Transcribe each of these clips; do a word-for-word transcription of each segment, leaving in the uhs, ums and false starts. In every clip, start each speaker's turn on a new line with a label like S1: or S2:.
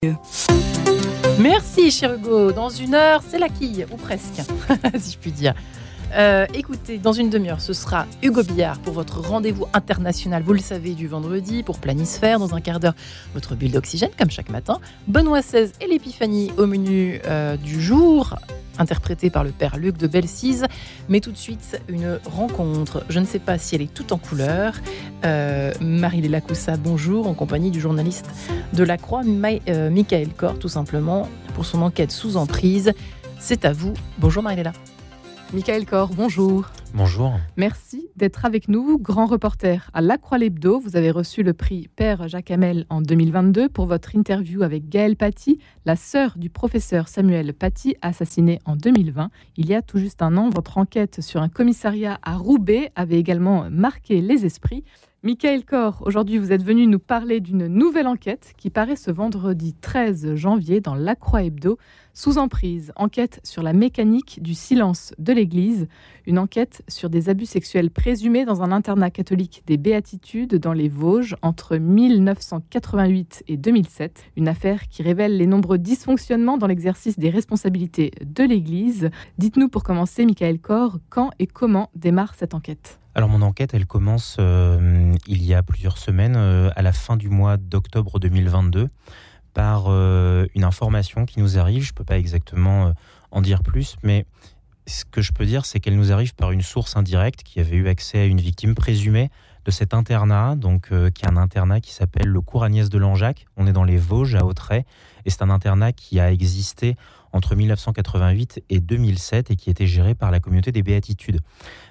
S1: Merci cher Hugo, dans une heure c'est la quille, ou presque, si je puis dire. Euh, écoutez, dans une demi-heure, ce sera Hugo Billard pour votre rendez-vous international, vous le savez, du vendredi pour Planisphère. Dans un quart d'heure, votre bulle d'oxygène, comme chaque matin. Benoît seize et l'épiphanie au menu euh, du jour, interprétée par le père Luc de Belsize. Mais tout de suite, une rencontre. Je ne sais pas si elle est toute en couleur. Euh, Marie-Léla Coussa, bonjour, en compagnie du journaliste de La Croix, Ma- euh, Michael Kor, tout simplement, pour son enquête sous emprise. C'est à vous. Bonjour Marie-Léla.
S2: Michael Kor, bonjour.
S3: Bonjour.
S2: Merci d'être avec nous, grand reporter à La Croix l'Hebdo. Vous avez reçu le prix Père Jacques Hamel en deux mille vingt-deux pour votre interview avec Gaëlle Paty, la sœur du professeur Samuel Paty, assassiné en deux mille vingt. Il y a tout juste un an, votre enquête sur un commissariat à Roubaix avait également marqué les esprits. Michael Kor, aujourd'hui vous êtes venu nous parler d'une nouvelle enquête qui paraît ce vendredi treize janvier dans La Croix Hebdo. Sous emprise, enquête sur la mécanique du silence de l'Église, une enquête sur des abus sexuels présumés dans un internat catholique des Béatitudes dans les Vosges entre mille neuf cent quatre-vingt-huit et deux mille sept. Une affaire qui révèle les nombreux dysfonctionnements dans l'exercice des responsabilités de l'Église. Dites-nous pour commencer, Michael Kor, quand et comment démarre cette enquête ?
S3: Alors mon enquête, elle commence euh, il y a plusieurs semaines, euh, à la fin du mois d'octobre deux mille vingt-deux, par euh, une information qui nous arrive. Je ne peux pas exactement euh, en dire plus, mais ce que je peux dire, c'est qu'elle nous arrive par une source indirecte qui avait eu accès à une victime présumée de cet internat, donc euh, qui est un internat qui s'appelle le Cours Agnès de Langeac. On est dans les Vosges, à Autrey, et c'est un internat qui a existé entre mille neuf cent quatre-vingt-huit et deux mille sept et qui était géré par la communauté des Béatitudes.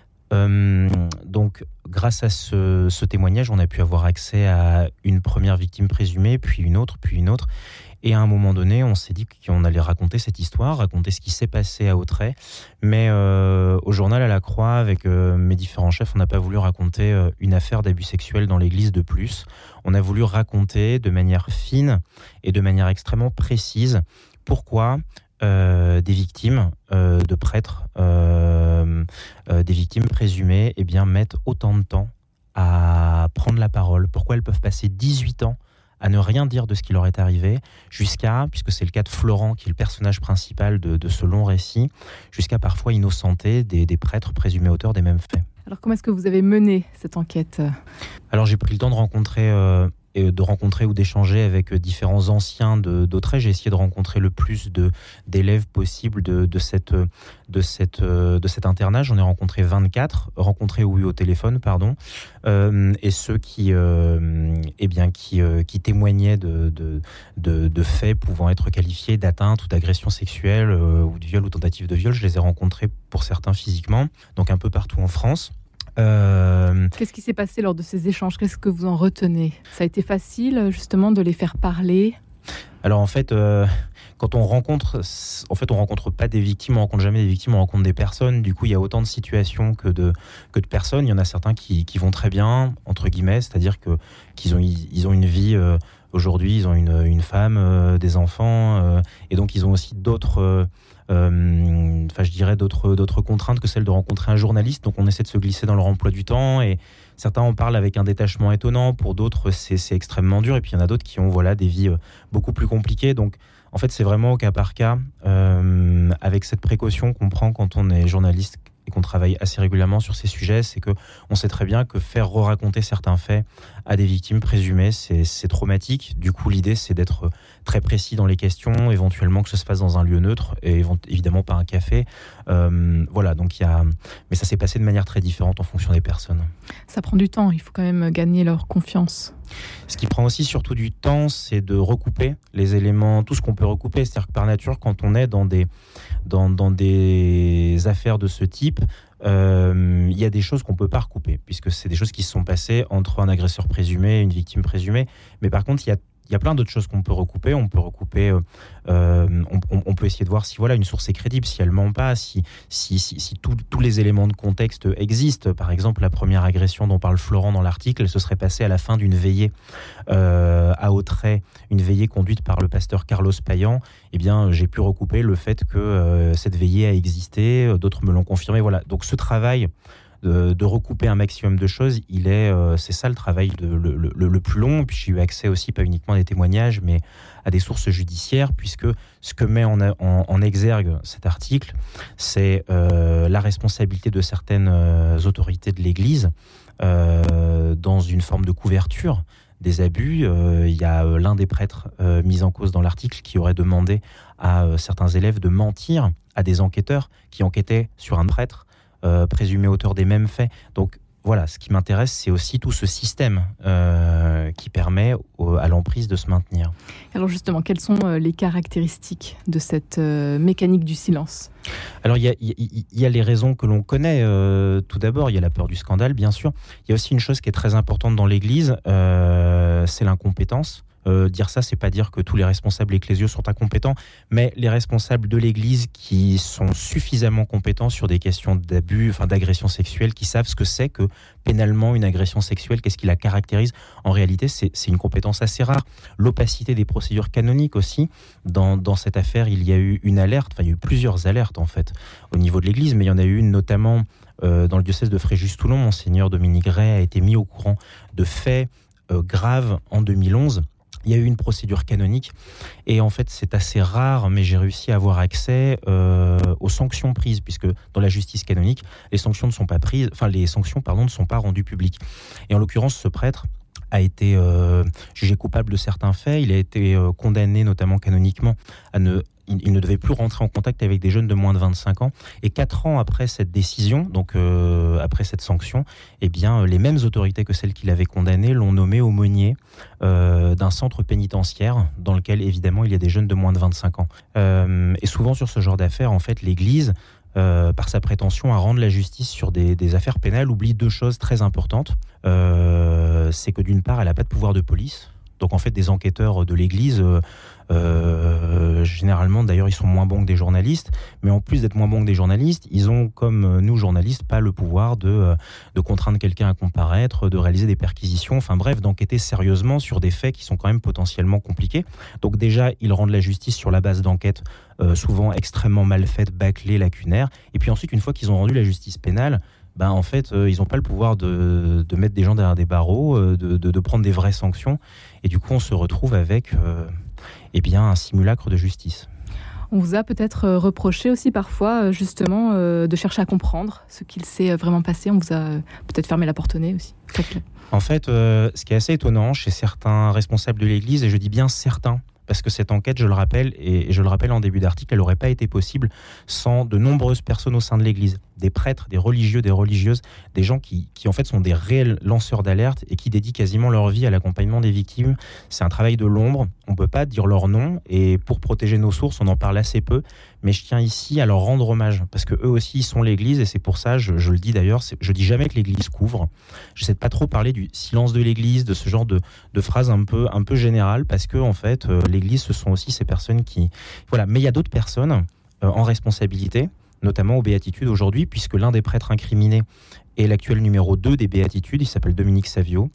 S3: Euh, donc, grâce à ce, ce témoignage, on a pu avoir accès à une première victime présumée, puis une autre, puis une autre. Et à un moment donné, on s'est dit qu'on allait raconter cette histoire, raconter ce qui s'est passé à Autrey. Mais euh, au journal à la Croix, avec euh, mes différents chefs, on n'a pas voulu raconter euh, une affaire d'abus sexuels dans l'Église de plus. On a voulu raconter de manière fine et de manière extrêmement précise pourquoi Euh, des victimes euh, de prêtres, euh, euh, des victimes présumées, eh bien, mettent autant de temps à prendre la parole. Pourquoi elles peuvent passer dix-huit ans à ne rien dire de ce qui leur est arrivé, jusqu'à, puisque c'est le cas de Florent, qui est le personnage principal de, de ce long récit, jusqu'à parfois innocenter des, des prêtres présumés auteurs des mêmes faits.
S2: Alors comment est-ce que vous avez mené cette enquête ?
S3: Alors j'ai pris le temps de rencontrer... Euh, et de rencontrer ou d'échanger avec différents anciens de, d'Autrey. J'ai essayé de rencontrer le plus de, d'élèves possible de, de, cette, de, cette, de cet internat. J'en ai rencontré vingt-quatre, rencontrés ou eu au téléphone, pardon, euh, et ceux qui, euh, eh bien, qui, euh, qui témoignaient de, de, de, de faits pouvant être qualifiés d'atteinte ou d'agression sexuelle euh, ou de viol ou tentative de viol. Je les ai rencontrés pour certains physiquement, donc un peu partout en France.
S2: Euh... Qu'est-ce qui s'est passé lors de ces échanges ? Qu'est-ce que vous en retenez ? Ça a été facile, justement, de les faire parler ?
S3: Alors, en fait, euh, quand on rencontre... En fait, on rencontre pas des victimes, on rencontre jamais des victimes, on rencontre des personnes. Du coup, il y a autant de situations que de, que de personnes. Il y en a certains qui, qui vont très bien, entre guillemets, c'est-à-dire que, qu'ils ont, ils ont une vie... Euh, aujourd'hui, ils ont une, une femme, euh, des enfants, euh, et donc ils ont aussi d'autres... Euh, Euh, enfin, je dirais d'autres, d'autres contraintes que celle de rencontrer un journaliste. Donc on essaie de se glisser dans leur emploi du temps, et certains en parlent avec un détachement étonnant, pour d'autres c'est, c'est extrêmement dur, et puis il y en a d'autres qui ont voilà, des vies beaucoup plus compliquées. Donc en fait c'est vraiment au cas par cas, euh, avec cette précaution qu'on prend quand on est journaliste et qu'on travaille assez régulièrement sur ces sujets, c'est qu'on sait très bien que faire re-raconter certains faits à des victimes présumées, c'est, c'est traumatique. Du coup, l'idée, c'est d'être très précis dans les questions, éventuellement que ça se fasse dans un lieu neutre, et évidemment pas un café. Euh, voilà, donc il y a... Mais ça s'est passé de manière très différente en fonction des personnes.
S2: Ça prend du temps, il faut quand même gagner leur confiance.
S3: Ce qui prend aussi surtout du temps, c'est de recouper les éléments, tout ce qu'on peut recouper. C'est-à-dire que par nature, quand on est dans des, dans, dans des affaires de ce type, euh, il y a des choses qu'on ne peut pas recouper, puisque c'est des choses qui se sont passées entre un agresseur présumé et une victime présumée. Mais par contre, il y a Il y a plein d'autres choses qu'on peut recouper. On peut recouper, euh, on, on peut essayer de voir si voilà une source est crédible, si elle ment pas, si si si, si tout, tous les éléments de contexte existent. Par exemple, la première agression dont parle Florent dans l'article, elle se serait passée à la fin d'une veillée euh, à Autrey, une veillée conduite par le pasteur Carlos Payan. Eh bien, j'ai pu recouper le fait que euh, cette veillée a existé. D'autres me l'ont confirmé. Voilà. Donc, ce travail de, de recouper un maximum de choses. Il est, euh, c'est ça le travail de, le, le, le plus long. Puis j'ai eu accès aussi, pas uniquement à des témoignages, mais à des sources judiciaires, puisque ce que met en, en, en exergue cet article, c'est euh, la responsabilité de certaines euh, autorités de l'Église euh, dans une forme de couverture des abus. Euh, il y a euh, l'un des prêtres euh, mis en cause dans l'article qui aurait demandé à euh, certains élèves de mentir à des enquêteurs qui enquêtaient sur un prêtre euh, présumé auteur des mêmes faits. Donc voilà, ce qui m'intéresse, c'est aussi tout ce système euh, qui permet au, à l'emprise de se maintenir.
S2: Alors justement, quelles sont euh, les caractéristiques de cette euh, mécanique du silence ?
S3: Alors il y a, y, y a les raisons que l'on connaît. Euh, tout d'abord, il y a la peur du scandale, bien sûr. Il y a aussi une chose qui est très importante dans l'Église, euh, c'est l'incompétence. Euh, dire ça, c'est pas dire que tous les responsables ecclésiaux sont incompétents, mais les responsables de l'Église qui sont suffisamment compétents sur des questions d'abus, enfin d'agression sexuelle, qui savent ce que c'est que pénalement une agression sexuelle, qu'est-ce qui la caractérise. En réalité, c'est, c'est une compétence assez rare. L'opacité des procédures canoniques aussi. Dans, dans cette affaire, il y a eu une alerte, enfin il y a eu plusieurs alertes en fait au niveau de l'Église, mais il y en a eu une notamment euh, dans le diocèse de Fréjus-Toulon. Monseigneur Dominique Ray a été mis au courant de faits euh, graves en deux mille onze. Il y a eu une procédure canonique et en fait c'est assez rare, mais j'ai réussi à avoir accès euh, aux sanctions prises, puisque dans la justice canonique, les sanctions ne sont pas prises, enfin les sanctions pardon ne sont pas rendues publiques. Et en l'occurrence, ce prêtre a été euh, jugé coupable de certains faits. Il a été euh, condamné notamment canoniquement à ne il ne devait plus rentrer en contact avec des jeunes de moins de vingt-cinq ans. Et quatre ans après cette décision, donc euh, après cette sanction, eh bien, les mêmes autorités que celles qui l'avaient condamné l'ont nommé aumônier euh, d'un centre pénitentiaire dans lequel, évidemment, il y a des jeunes de moins de vingt-cinq ans. Euh, et souvent, sur ce genre d'affaires, en fait, l'Église, euh, par sa prétention à rendre la justice sur des, des affaires pénales, oublie deux choses très importantes. Euh, c'est que d'une part, elle n'a pas de pouvoir de police. Donc en fait, des enquêteurs de l'Église, euh, euh, généralement d'ailleurs, ils sont moins bons que des journalistes, mais en plus d'être moins bons que des journalistes, ils ont, comme nous journalistes, pas le pouvoir de, de contraindre quelqu'un à comparaître, de réaliser des perquisitions, enfin bref, d'enquêter sérieusement sur des faits qui sont quand même potentiellement compliqués. Donc déjà, ils rendent la justice sur la base d'enquêtes euh, souvent extrêmement mal faites, bâclées, lacunaires, et puis ensuite, une fois qu'ils ont rendu la justice pénale, ben, en fait, euh, ils n'ont pas le pouvoir de, de mettre des gens derrière des barreaux, euh, de, de, de prendre des vraies sanctions. Et du coup, on se retrouve avec euh, eh bien, un simulacre de justice.
S2: On vous a peut-être reproché aussi parfois, justement, euh, de chercher à comprendre ce qu'il s'est vraiment passé. On vous a peut-être fermé la porte au nez aussi.
S3: En fait, euh, ce qui est assez étonnant chez certains responsables de l'Église, et je dis bien certains, parce que cette enquête, je le rappelle, et je le rappelle en début d'article, elle n'aurait pas été possible sans de nombreuses personnes au sein de l'Église, des prêtres, des religieux, des religieuses, des gens qui, qui en fait sont des réels lanceurs d'alerte et qui dédient quasiment leur vie à l'accompagnement des victimes. C'est un travail de l'ombre, on ne peut pas dire leur nom, et pour protéger nos sources, on en parle assez peu, mais je tiens ici à leur rendre hommage, parce qu'eux aussi, ils sont l'Église, et c'est pour ça, je, je le dis d'ailleurs, c'est, je dis jamais que l'Église couvre. J'essaie de pas trop parler du silence de l'Église, de ce genre de, de phrases un peu, un peu générales, parce que en fait, euh, l'Église, ce sont aussi ces personnes qui... Voilà, mais il y a d'autres personnes euh, en responsabilité, notamment aux Béatitudes aujourd'hui, puisque l'un des prêtres incriminés est l'actuel numéro deux des Béatitudes, il s'appelle Dominique Savio.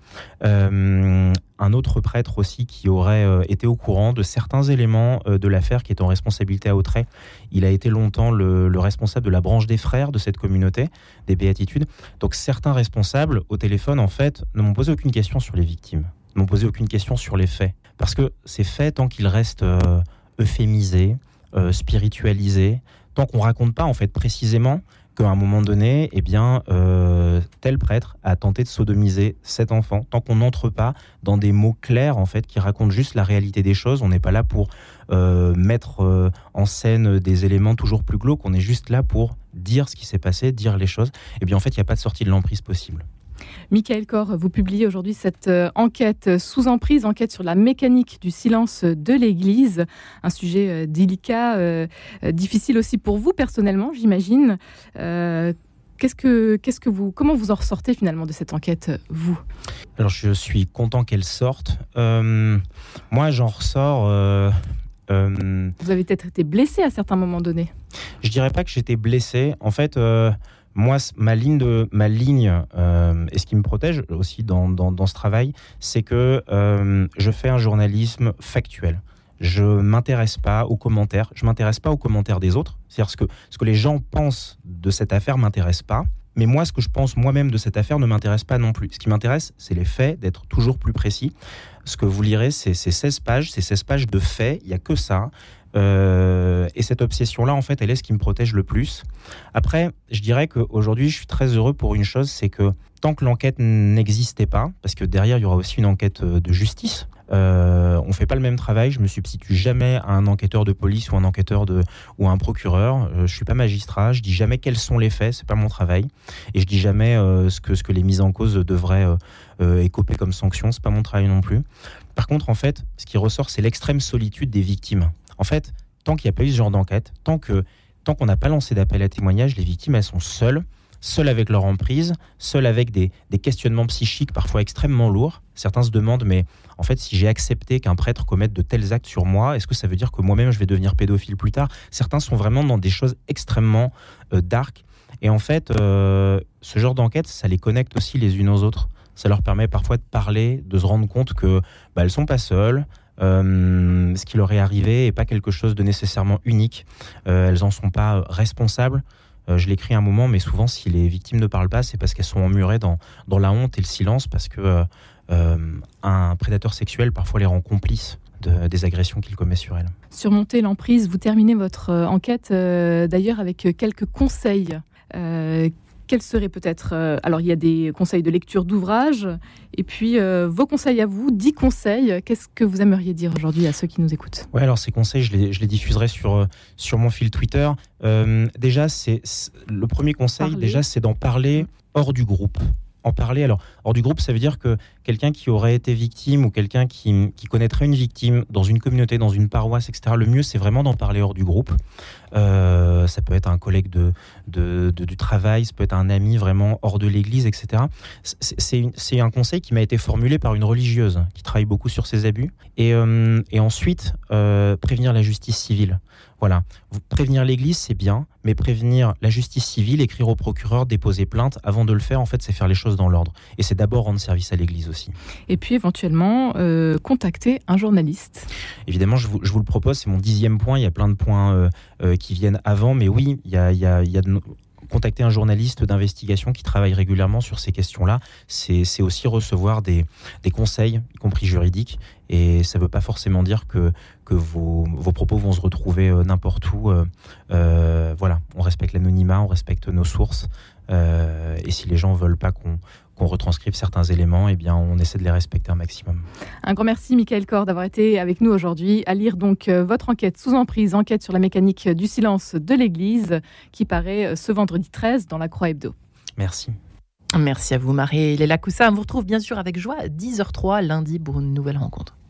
S3: Euh, un autre prêtre aussi qui aurait euh, été au courant de certains éléments euh, de l'affaire, qui est en responsabilité à Autrey. Il a été longtemps le, le responsable de la branche des frères de cette communauté, des Béatitudes. Donc certains responsables, au téléphone, en fait, ne m'ont posé aucune question sur les victimes, ne m'ont posé aucune question sur les faits. Parce que ces faits, tant qu'ils restent euh, euphémisés, euh, spiritualisés, tant qu'on ne raconte pas en fait précisément qu'à un moment donné, eh bien, euh, tel prêtre a tenté de sodomiser cet enfant, tant qu'on n'entre pas dans des mots clairs en fait qui racontent juste la réalité des choses, on n'est pas là pour euh, mettre euh, en scène des éléments toujours plus glauques, on est juste là pour dire ce qui s'est passé, dire les choses. Eh bien, en fait, il n'y a pas de sortie de l'emprise possible.
S2: Michael Cor, vous publiez aujourd'hui cette euh, enquête sous emprise, enquête sur la mécanique du silence de l'Église, un sujet euh, délicat, euh, euh, difficile aussi pour vous personnellement, j'imagine. Euh, qu'est-ce que, qu'est-ce que vous, comment vous en ressortez finalement de cette enquête, vous ?
S3: Alors, je suis content qu'elle sorte. Euh, moi, j'en ressors. Euh, euh,
S2: vous avez peut-être été blessé à certains moments donnés.
S3: Je dirais pas que j'étais blessé. En fait. Euh, Moi, ma ligne, de, ma ligne euh, et ce qui me protège aussi dans, dans, dans ce travail, c'est que euh, je fais un journalisme factuel. Je ne m'intéresse pas aux commentaires. Je ne m'intéresse pas aux commentaires des autres. C'est-à-dire ce que, ce que les gens pensent de cette affaire ne m'intéresse pas. Mais moi, ce que je pense moi-même de cette affaire ne m'intéresse pas non plus. Ce qui m'intéresse, c'est les faits, d'être toujours plus précis. Ce que vous lirez, c'est, c'est seize pages, c'est seize pages de faits, il n'y a que ça. Euh, et cette obsession-là, en fait, elle est ce qui me protège le plus. Après, je dirais qu'aujourd'hui, je suis très heureux pour une chose, c'est que tant que l'enquête n'existait pas, parce que derrière, il y aura aussi une enquête de justice, Euh, on fait pas le même travail. Je me substitue jamais à un enquêteur de police ou un enquêteur de ou à un procureur. Euh, je suis pas magistrat. Je dis jamais quels sont les faits. C'est pas mon travail. Et je dis jamais euh, ce que ce que les mises en cause devraient euh, euh, écoper comme sanction. C'est pas mon travail non plus. Par contre, en fait, ce qui ressort, c'est l'extrême solitude des victimes. En fait, tant qu'il n'y a pas eu ce genre d'enquête, tant que tant qu'on n'a pas lancé d'appel à témoignage, les victimes elles sont seules. Seuls avec leur emprise, seuls avec des, des questionnements psychiques parfois extrêmement lourds. Certains se demandent, mais en fait, si j'ai accepté qu'un prêtre commette de tels actes sur moi, est-ce que ça veut dire que moi-même, je vais devenir pédophile plus tard ? Certains sont vraiment dans des choses extrêmement euh, dark. Et en fait, euh, ce genre d'enquête, ça les connecte aussi les unes aux autres. Ça leur permet parfois de parler, de se rendre compte que bah, elles sont pas seules. Euh, ce qui leur est arrivé n'est pas quelque chose de nécessairement unique. Euh, elles en sont pas responsables. Euh, je l'écris un moment, mais souvent, si les victimes ne parlent pas, c'est parce qu'elles sont emmurées dans, dans la honte et le silence, parce que euh, un prédateur sexuel, parfois, les rend complices de, des agressions qu'il commet sur elles.
S2: Surmonter l'emprise, vous terminez votre euh, enquête, euh, d'ailleurs, avec quelques conseils. Euh, quels seraient peut-être... Euh, alors, il y a des conseils de lecture d'ouvrages, et puis euh, vos conseils à vous, dix conseils. Qu'est-ce que vous aimeriez dire aujourd'hui à ceux qui nous écoutent ?
S3: Ouais, alors ces conseils, je les, je les diffuserai sur, sur mon fil Twitter. Euh, déjà, c'est, c'est, le premier conseil, parler. déjà, c'est d'en parler hors du groupe. En parler, alors, hors du groupe, ça veut dire que quelqu'un qui aurait été victime ou quelqu'un qui, qui connaîtrait une victime dans une communauté, dans une paroisse, et cetera, le mieux, c'est vraiment d'en parler hors du groupe. Euh, ça peut être un collègue de, de, de, du travail, ça peut être un ami vraiment hors de l'église, et cetera. C'est, c'est, une, c'est un conseil qui m'a été formulé par une religieuse qui travaille beaucoup sur ces abus. Et, euh, et ensuite, euh, prévenir la justice civile. Voilà. Prévenir l'église, c'est bien, mais prévenir la justice civile, écrire au procureur, déposer plainte, avant de le faire, en fait, c'est faire les choses dans l'ordre. Et c'est d'abord rendre service à l'église aussi.
S2: Et puis, éventuellement, euh, contacter un journaliste.
S3: Évidemment, je vous, je vous le propose, c'est mon dixième point. Il y a plein de points euh, euh, qui viennent avant, mais oui, il y a, il y a, il y a de... contacter un journaliste d'investigation qui travaille régulièrement sur ces questions-là, c'est, c'est aussi recevoir des, des conseils, y compris juridiques, et ça ne veut pas forcément dire que, que vos, vos propos vont se retrouver euh, n'importe où. Euh, euh, voilà, on respecte l'anonymat, on respecte nos sources, euh, et si les gens ne veulent pas qu'on, qu'on retranscrive certains éléments, eh bien, on essaie de les respecter un maximum.
S2: Un grand merci, Michael Kor, d'avoir été avec nous aujourd'hui. À lire donc euh, votre enquête sous emprise, enquête sur la mécanique du silence de l'Église, qui paraît euh, ce vendredi treize dans la Croix Hebdo.
S3: Merci.
S1: Merci à vous, Marie-Léla Coussa. On vous retrouve bien sûr avec joie à dix heures zéro trois lundi pour une nouvelle rencontre.